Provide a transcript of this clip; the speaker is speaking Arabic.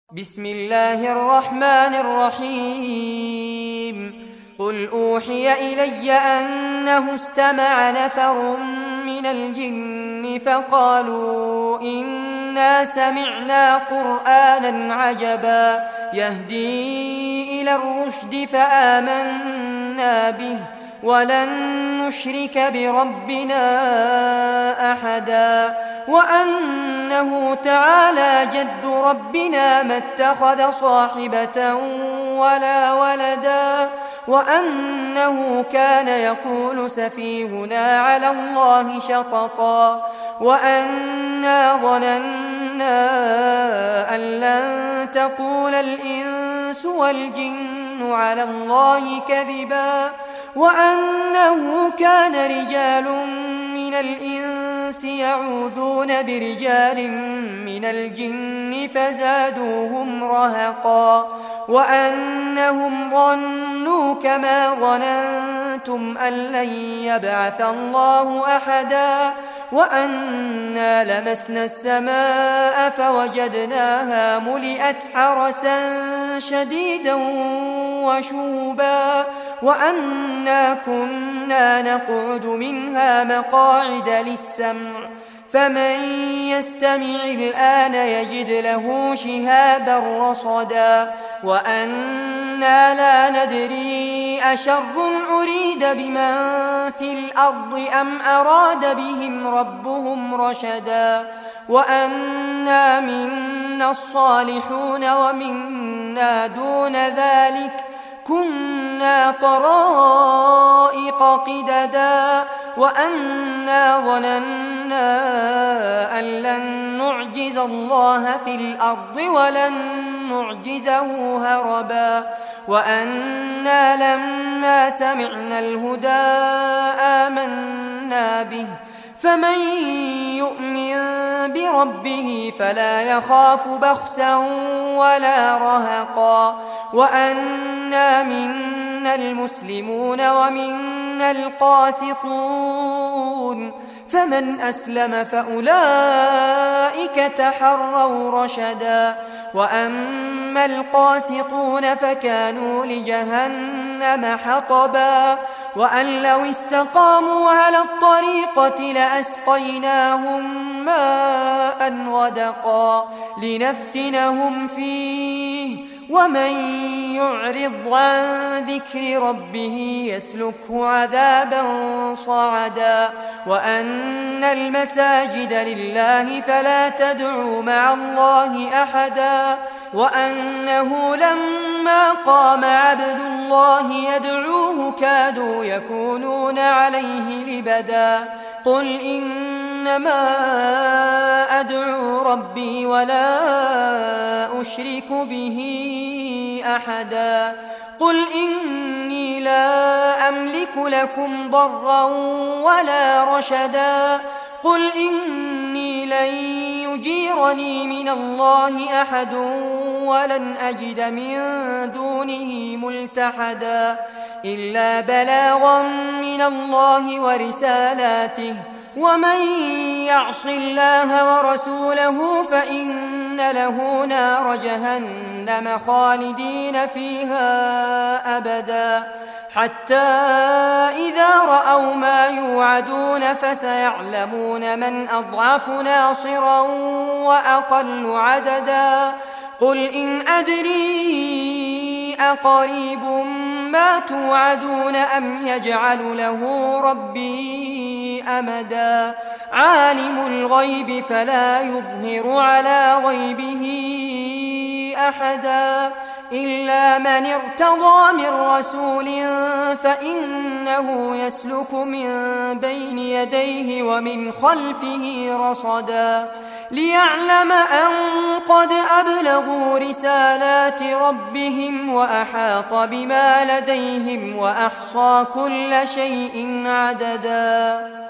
بسم الله الرحمن الرحيم قل أوحي إلي أنه استمع نفر من الجن فقالوا إنا سمعنا قرآنا عجبا يهدي إلى الرشد فآمنا به ولن نشرك بربنا أحدا وأنه تعالى جد ربنا ما اتخذ صاحبة ولا ولدا وأنه كان يقول سفيهنا على الله شططا وأنا ظننا أن لن تقول الإنس والجن على الله كذبا وأنه كان رجال من الإنس يعوذون برجال من الجن فزادوهم رهقا وأنهم ظنوا كما ظننتم أن لن يبعث الله أحدا وأنا لمسنا السماء فوجدناها ملئت حرسا شديدا وشوبا وأنا كنا نقعد منها مقاعد للسمع فمن يستمع الآن يجد له شهابا رصدا وأنا لا ندري أشر أريد بمن في الأرض أم أراد بهم ربهم رشدا وأنا منا الصالحون ومنا دون ذلك كنا طرائق قددا وأنا ظننا أن لن نعجز الله في الأرض ولن نعجزه هربا وأنا لما سمعنا الهدى آمنا به فمن يؤمن بربه فلا يخاف بخسا ولا رهقا وأنا منا المسلمون ومنا القاسطون فمن أسلم فأولئك تحروا رشدا وأما القاسطون فكانوا لجهنم حطبا وأن لو استقاموا على الطريقة لأسقيناهم ماء غدقا لنفتنهم فيه ومن يعرض عن ذكر ربه يسلكه عذابا صعدا وأن المساجد لله فلا تدعوا مع الله أحدا وأنه لما قام عبد الله يدعوه كادوا يكونون عليه لبدا قل إنما أدعو ربي ولا أشرك به أحدا قل إني لا أملك لكم ضرا ولا رشدا قل إني لن يجيرني من الله أحد ولن أجد من دونه ملتحدا إلا بلاغا من الله ورسالاته ومن يعص الله ورسوله فإن له نار جهنم خالدين فيها أبدا حتى إذا رأوا ما يوعدون فسيعلمون من أضعف ناصرا وأقل عددا قل إن أدري أقريب ما توعدون أم يجعل له ربي أمدا عالم الغيب فلا يظهر على غيبه أحدا إلا من ارتضى من رسول فإنه يسلك من بين يديه ومن خلفه رصدا ليعلم أن قد أبلغوا رسالات ربهم وأحاط بما لديهم وأحصى كل شيء عددا.